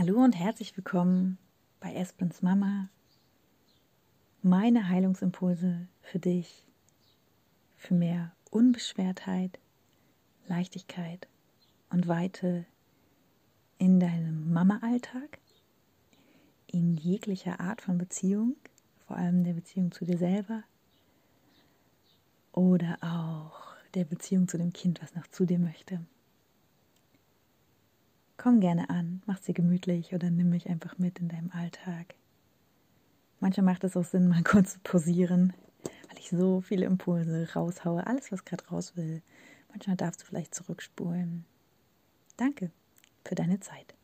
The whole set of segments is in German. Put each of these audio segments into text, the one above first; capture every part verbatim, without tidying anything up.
Hallo und herzlich willkommen bei Espens Mama. Meine Heilungsimpulse für dich, für mehr Unbeschwertheit, Leichtigkeit und Weite in deinem Mama-Alltag, in jeglicher Art von Beziehung, vor allem der Beziehung zu dir selber oder auch der Beziehung zu dem Kind, was noch zu dir möchte. Komm gerne an, mach's dir gemütlich oder nimm mich einfach mit in deinem Alltag. Manchmal macht es auch Sinn, mal kurz zu pausieren, weil ich so viele Impulse raushaue, alles, was gerade raus will. Manchmal darfst du vielleicht zurückspulen. Danke für deine Zeit.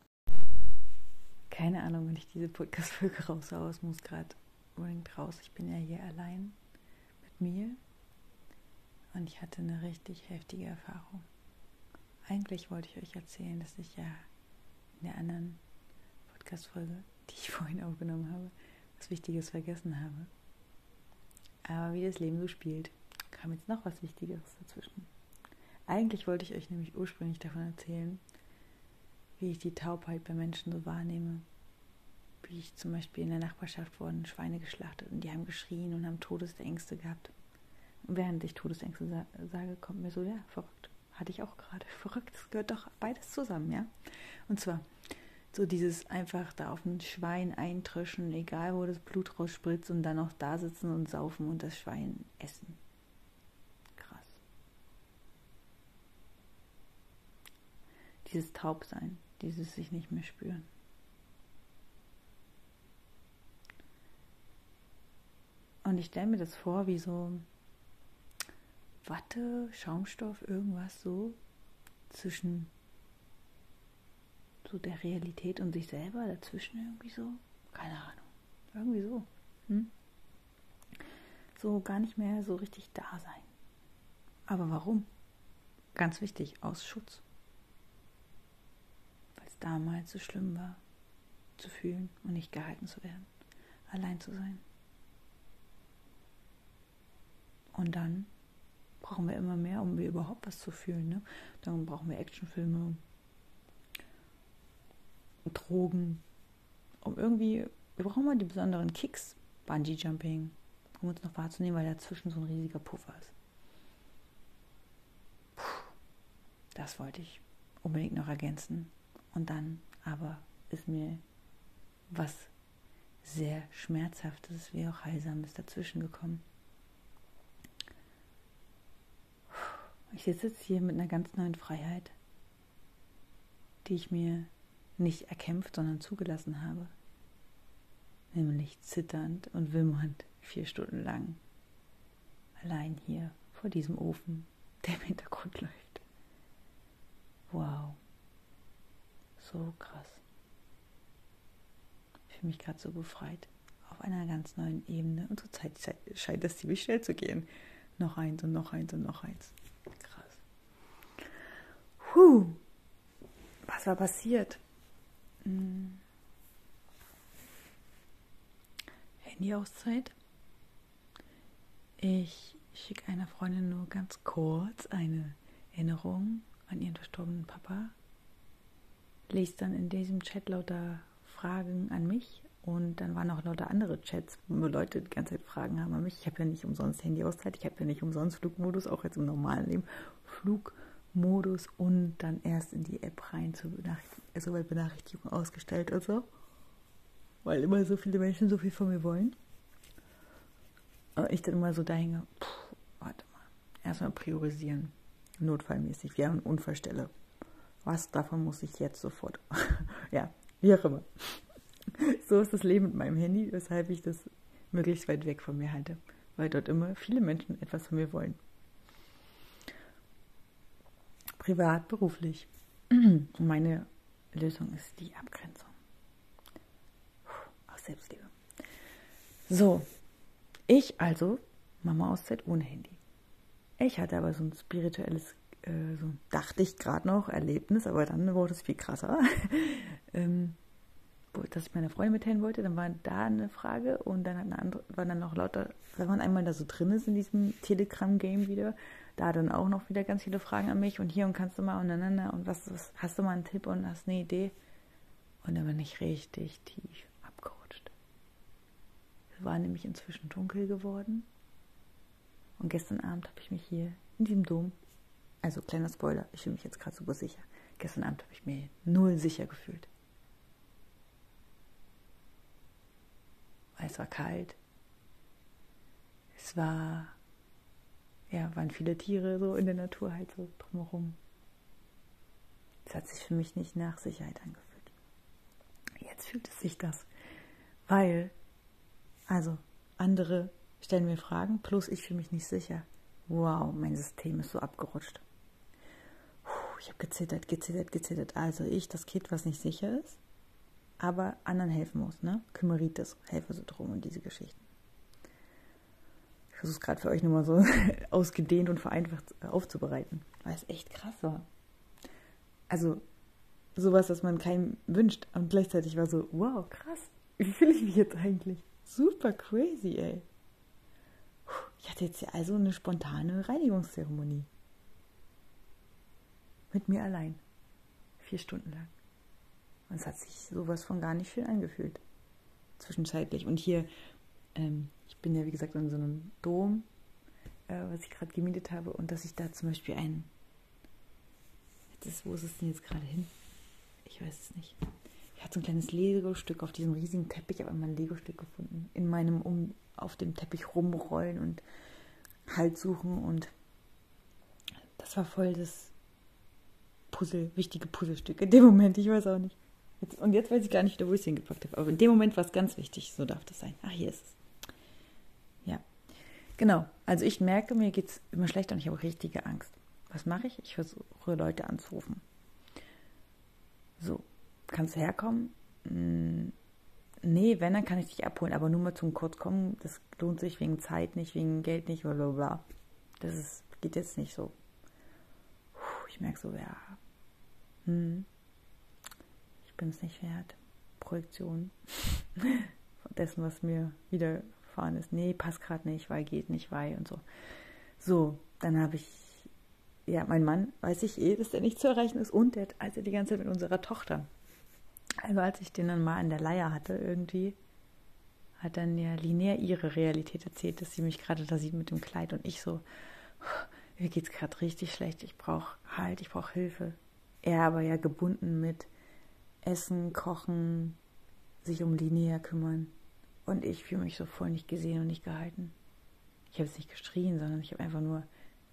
Keine Ahnung, wenn ich diese Podcast-Folge raushaue, es muss gerade unbedingt raus. Ich bin ja hier allein mit mir und ich hatte eine richtig heftige Erfahrung. Eigentlich wollte ich euch erzählen, dass ich ja in der anderen Podcast-Folge, die ich vorhin aufgenommen habe, was Wichtiges vergessen habe. Aber wie das Leben so spielt, kam jetzt noch was Wichtigeres dazwischen. Eigentlich wollte ich euch nämlich ursprünglich davon erzählen, wie ich die Taubheit bei Menschen so wahrnehme. Wie ich zum Beispiel in der Nachbarschaft wurden Schweine geschlachtet und die haben geschrien und haben Todesängste gehabt. Und während ich Todesängste sa- sage, kommt mir so, ja, verrückt. Hatte ich auch gerade. Verrückt, es gehört doch beides zusammen, ja. Und zwar so dieses einfach da auf ein Schwein eintröschen, egal wo das Blut rausspritzt und dann auch da sitzen und saufen und das Schwein essen. Krass. Dieses Taubsein, dieses sich nicht mehr spüren. Und ich stelle mir das vor, wie so Watte, Schaumstoff, irgendwas so zwischen so der Realität und sich selber, dazwischen irgendwie so, keine Ahnung, irgendwie so. Hm? So gar nicht mehr so richtig da sein. Aber warum? Ganz wichtig, aus Schutz. Weil es damals so schlimm war, zu fühlen und nicht gehalten zu werden, allein zu sein. Und dann brauchen wir immer mehr, um wir überhaupt was zu fühlen. Ne? Dann brauchen wir Actionfilme, Drogen, um irgendwie, wir brauchen mal die besonderen Kicks, Bungee-Jumping, um uns noch wahrzunehmen, weil dazwischen so ein riesiger Puffer ist. Puh, das wollte ich unbedingt noch ergänzen. Und dann aber ist mir was sehr Schmerzhaftes wie auch Heilsames dazwischen gekommen. Ich sitze jetzt hier mit einer ganz neuen Freiheit, die ich mir nicht erkämpft, sondern zugelassen habe. Nämlich zitternd und wimmernd vier Stunden lang. Allein hier vor diesem Ofen, der im Hintergrund läuft. Wow. So krass. Ich fühle mich gerade so befreit. Auf einer ganz neuen Ebene. Und zur Zeit scheint es ziemlich schnell zu gehen. Noch eins und noch eins und noch eins. Krass. Puh. Was war passiert? Hm. Handy-Auszeit. Ich schicke einer Freundin nur ganz kurz eine Erinnerung an ihren verstorbenen Papa. Lese dann in diesem Chat lauter Fragen an mich und dann waren auch lauter andere Chats, wo Leute die ganze Zeit Fragen haben an mich. Ich habe ja nicht umsonst Handy-Auszeit, ich habe ja nicht umsonst Flugmodus, auch jetzt im normalen Leben. Flugmodus und dann erst in die App rein zur Benachrichtigung, also bei Benachrichtigung ausgestellt und so. Weil immer so viele Menschen so viel von mir wollen. Und ich dann immer so da hinge, pff, warte mal, erstmal priorisieren, notfallmäßig, wir haben eine Unfallstelle. Was davon muss ich jetzt sofort, ja, wie auch immer. So ist das Leben mit meinem Handy, weshalb ich das möglichst weit weg von mir halte, weil dort immer viele Menschen etwas von mir wollen. Privat, beruflich. Und meine Lösung ist die Abgrenzung. Aus Selbstliebe. So, ich also, Mama-Auszeit ohne Handy. Ich hatte aber so ein spirituelles, äh, so dachte ich gerade noch, Erlebnis, aber dann wurde es viel krasser. ähm, dass ich meine Freundin mitteilen wollte, dann war da eine Frage und dann hat eine andere, waren dann noch lauter, wenn man einmal da so drin ist in diesem Telegram-Game wieder, da dann auch noch wieder ganz viele Fragen an mich und hier und kannst du mal und dann und was, was hast du mal einen Tipp und hast eine Idee? Und dann bin ich richtig tief abgerutscht. Es war nämlich inzwischen dunkel geworden. Und gestern Abend habe ich mich hier in diesem Dom, also kleiner Spoiler, ich fühle mich jetzt gerade super sicher. Gestern Abend habe ich mich null sicher gefühlt. Weil es war kalt. Es war, ja, waren viele Tiere so in der Natur halt so drumherum. Es hat sich für mich nicht nach Sicherheit angefühlt. Jetzt fühlt es sich das. Weil, also, andere stellen mir Fragen, plus ich fühle mich nicht sicher. Wow, mein System ist so abgerutscht. Puh, ich habe gezittert, gezittert, gezittert. Also ich, das Kind, was nicht sicher ist, aber anderen helfen muss, ne? Kümmeritis, Helfersyndrom und diese Geschichten. Ich versuche es gerade für euch nochmal so ausgedehnt und vereinfacht aufzubereiten, weil es echt krass war. Also sowas, was man keinem wünscht. Und gleichzeitig war so, wow, krass, wie fühle ich mich jetzt eigentlich? Super crazy, ey. Ich hatte jetzt ja also eine spontane Reinigungszeremonie. Mit mir allein. Vier Stunden lang. Und es hat sich sowas von gar nicht viel angefühlt. Zwischenzeitlich. Und hier, ähm, ich bin ja wie gesagt in so einem Dom, äh, was ich gerade gemietet habe. Und dass ich da zum Beispiel ein, jetzt ist, wo ist es denn jetzt gerade hin? Ich weiß es nicht. Ich hatte so ein kleines Lego-Stück auf diesem riesigen Teppich. Ich habe einmal ein Lego-Stück gefunden. In meinem, um auf dem Teppich rumrollen und Halt suchen. Und das war voll das Puzzle, wichtige Puzzlestück. In dem Moment, ich weiß auch nicht. Jetzt, und jetzt weiß ich gar nicht wieder, wo ich es hingepackt habe. Aber in dem Moment war es ganz wichtig. So darf das sein. Ach, hier ist es. Ja. Genau. Also ich merke, mir geht es immer schlechter und ich habe richtige Angst. Was mache ich? Ich versuche, Leute anzurufen. So. Kannst du herkommen? Hm, nee, wenn, dann kann ich dich abholen. Aber nur mal zum Kurzkommen. Das lohnt sich wegen Zeit nicht, wegen Geld nicht, bla bla bla. Das ist, geht jetzt nicht so. Puh, ich merke so, ja. Hm. Ich bin es nicht wert. Projektion. Von dessen, was mir widerfahren ist. Nee, passt gerade nicht, weil geht nicht, weil und so. So, dann habe ich, ja, mein Mann, weiß ich eh, dass der nicht zu erreichen ist. Und der hat also die ganze Zeit mit unserer Tochter. Also als ich den dann mal in der Leier hatte irgendwie, hat dann ja Linnea ihre Realität erzählt, dass sie mich gerade da sieht mit dem Kleid. Und ich so, mir geht's gerade richtig schlecht, ich brauche Halt, ich brauche Hilfe. Er aber ja gebunden mit Essen, Kochen, sich um Linnea kümmern. Und ich fühle mich so voll nicht gesehen und nicht gehalten. Ich habe es nicht geschrien, sondern ich habe einfach nur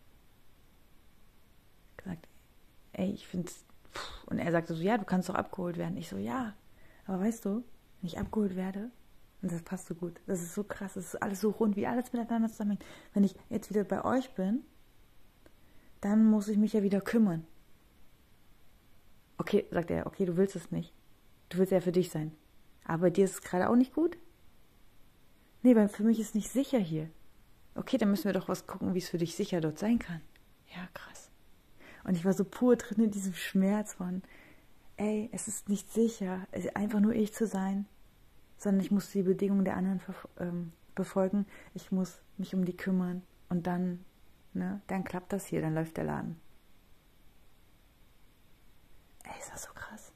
gesagt, ey, ich finde es. Und er sagte so, ja, du kannst doch abgeholt werden. Ich so, ja, aber weißt du, wenn ich abgeholt werde, und das passt so gut, das ist so krass, das ist alles so rund, wie alles miteinander zusammenhängt. Wenn ich jetzt wieder bei euch bin, dann muss ich mich ja wieder kümmern. Okay, sagt er, okay, du willst es nicht. Du willst ja für dich sein. Aber bei dir ist es gerade auch nicht gut? Nee, weil für mich ist es nicht sicher hier. Okay, dann müssen wir doch was gucken, wie es für dich sicher dort sein kann. Ja, krass. Und ich war so pur drin in diesem Schmerz von, ey, es ist nicht sicher, einfach nur ich zu sein, sondern ich muss die Bedingungen der anderen ähm, befolgen. Ich muss mich um die kümmern und dann, ne, dann klappt das hier, dann läuft der Laden. Ey, ist das so krass.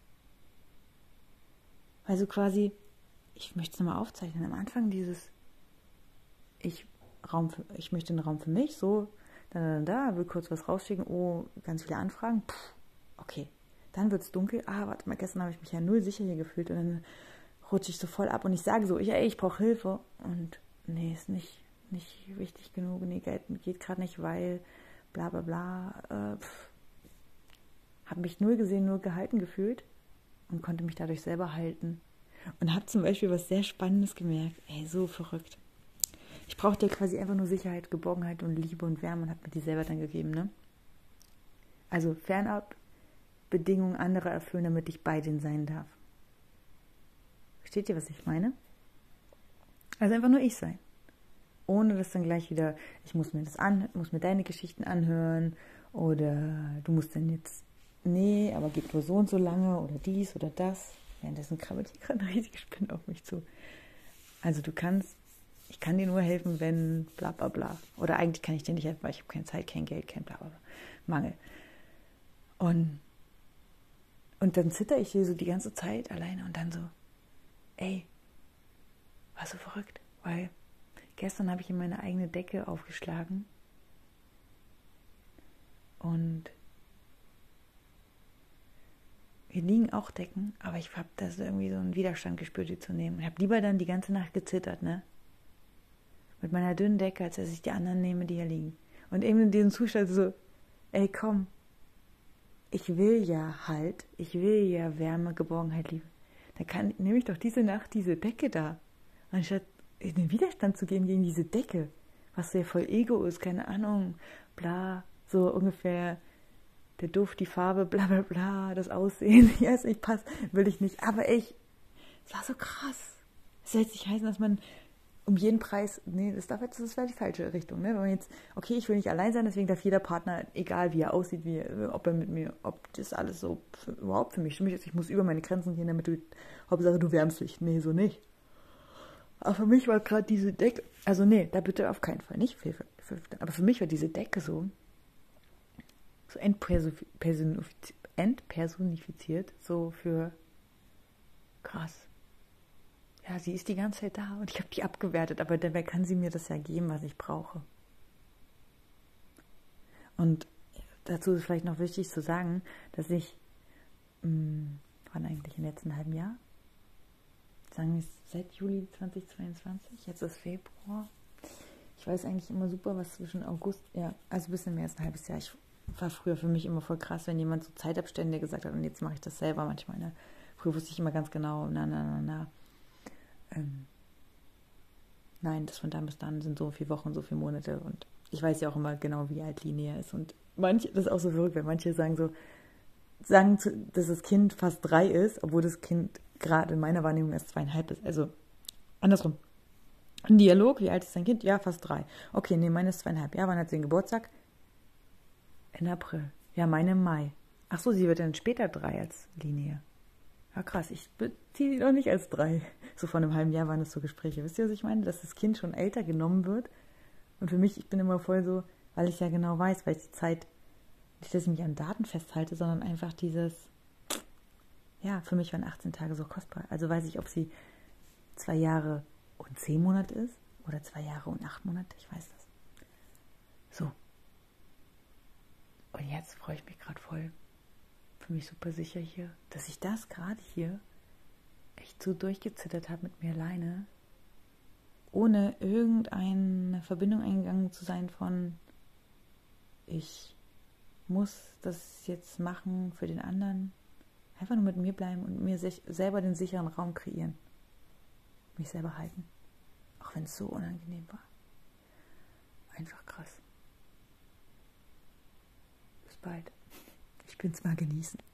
Also quasi, ich möchte es nochmal aufzeichnen, am Anfang dieses, ich, Raum für, ich möchte einen Raum für mich, so, dann da, will kurz was rausschicken, oh, ganz viele Anfragen, puh, okay. Dann wird es dunkel, ah, warte mal, gestern habe ich mich ja null sicher hier gefühlt und dann rutsche ich so voll ab und ich sage so, ich, ey, ich brauche Hilfe und nee, ist nicht, nicht wichtig genug, nee, geht, geht gerade nicht, weil bla bla bla, äh, habe mich null gesehen, nur gehalten gefühlt und konnte mich dadurch selber halten und habe zum Beispiel was sehr Spannendes gemerkt, ey, so verrückt. Ich brauchte ja quasi einfach nur Sicherheit, Geborgenheit und Liebe und Wärme und habe mir die selber dann gegeben, ne? Also fernab Bedingungen anderer erfüllen, damit ich bei denen sein darf. Versteht ihr, was ich meine? Also einfach nur ich sein. Ohne dass dann gleich wieder, ich muss mir das an, muss mir deine Geschichten anhören oder du musst dann jetzt, nee, aber geht nur so und so lange oder dies oder das. Währenddessen krabbelt hier gerade eine riesige Spinne auf mich zu. Also du kannst, ich kann dir nur helfen, wenn bla bla bla. Oder eigentlich kann ich dir nicht helfen, weil ich habe keine Zeit, kein Geld, kein bla bla bla. Mangel. Und Und dann zitter ich hier so die ganze Zeit alleine und dann so, ey, war so verrückt, weil gestern habe ich in meine eigene Decke aufgeschlagen und hier liegen auch Decken, aber ich habe da so irgendwie so einen Widerstand gespürt, die zu nehmen. Ich habe lieber dann die ganze Nacht gezittert, ne? Mit meiner dünnen Decke, als dass ich die anderen nehme, die hier liegen. Und eben in diesem Zustand so, ey, komm, ich will ja halt, ich will ja Wärme, Geborgenheit, Liebe. Dann kann, nehme ich doch diese Nacht diese Decke da, anstatt in den Widerstand zu gehen gegen diese Decke, was ja voll Ego ist, keine Ahnung, bla, so ungefähr der Duft, die Farbe, bla bla bla, das Aussehen, ja, es nicht passt, will ich nicht, aber ich, es war so krass. Es soll jetzt nicht heißen, dass man um jeden Preis, nee, das darf jetzt, das wäre die falsche Richtung, ne? Wenn man jetzt, okay, ich will nicht allein sein, deswegen darf jeder Partner, egal wie er aussieht, wie, ob er mit mir, ob das alles so für, überhaupt für mich stimmig ist, ich muss über meine Grenzen gehen, damit du, Hauptsache du wärmst dich. Nee, so nicht. Aber für mich war gerade diese Decke, also nee, da bitte auf keinen Fall, nicht für, für, für, aber für mich war diese Decke so, so entpersonifiziert, entpersonifiziert, so für krass. Ja, sie ist die ganze Zeit da und ich habe die abgewertet, aber dabei kann sie mir das ja geben, was ich brauche. Und dazu ist vielleicht noch wichtig zu sagen, dass ich, mh, wann eigentlich im letzten halben Jahr, sagen wir seit Juli zweitausendzweiundzwanzig, jetzt ist Februar, ich weiß eigentlich immer super, was zwischen August, ja, also ein bisschen mehr als ein halbes Jahr, ich war früher für mich immer voll krass, wenn jemand so Zeitabstände gesagt hat und jetzt mache ich das selber manchmal, ne? Früher wusste ich immer ganz genau, na, na, na, na, Ähm, nein, das von dann bis dann sind so viele Wochen, so viele Monate und ich weiß ja auch immer genau, wie alt Linnea ist und manche, das ist auch so verrückt, weil manche sagen so, sagen, dass das Kind fast drei ist, obwohl das Kind gerade in meiner Wahrnehmung erst zweieinhalb ist, also andersrum. Ein Dialog, wie alt ist dein Kind? Ja, fast drei. Okay, nee, meine ist zweieinhalb. Ja, wann hat sie den Geburtstag? In April. Ja, meine im Mai. Ach so, sie wird dann später drei als Linnea. Ja, krass, ich beziehe sie doch nicht als drei. So vor einem halben Jahr waren das so Gespräche. Wisst ihr, was ich meine? Dass das Kind schon älter genommen wird. Und für mich, ich bin immer voll so, weil ich ja genau weiß, weil ich die Zeit, nicht, dass ich mich an Daten festhalte, sondern einfach dieses, ja, für mich waren achtzehn Tage so kostbar. Also weiß ich, ob sie zwei Jahre und zehn Monate ist oder zwei Jahre und acht Monate, ich weiß das. So. Und jetzt freue ich mich gerade voll. Für mich super sicher hier, dass ich das gerade hier echt so durchgezittert habe mit mir alleine, ohne irgendeine Verbindung eingegangen zu sein von ich muss das jetzt machen für den anderen. Einfach nur mit mir bleiben und mir sich selber den sicheren Raum kreieren. Mich selber halten. Auch wenn es so unangenehm war. Einfach krass. Bis bald. Ich bin's mal genießen.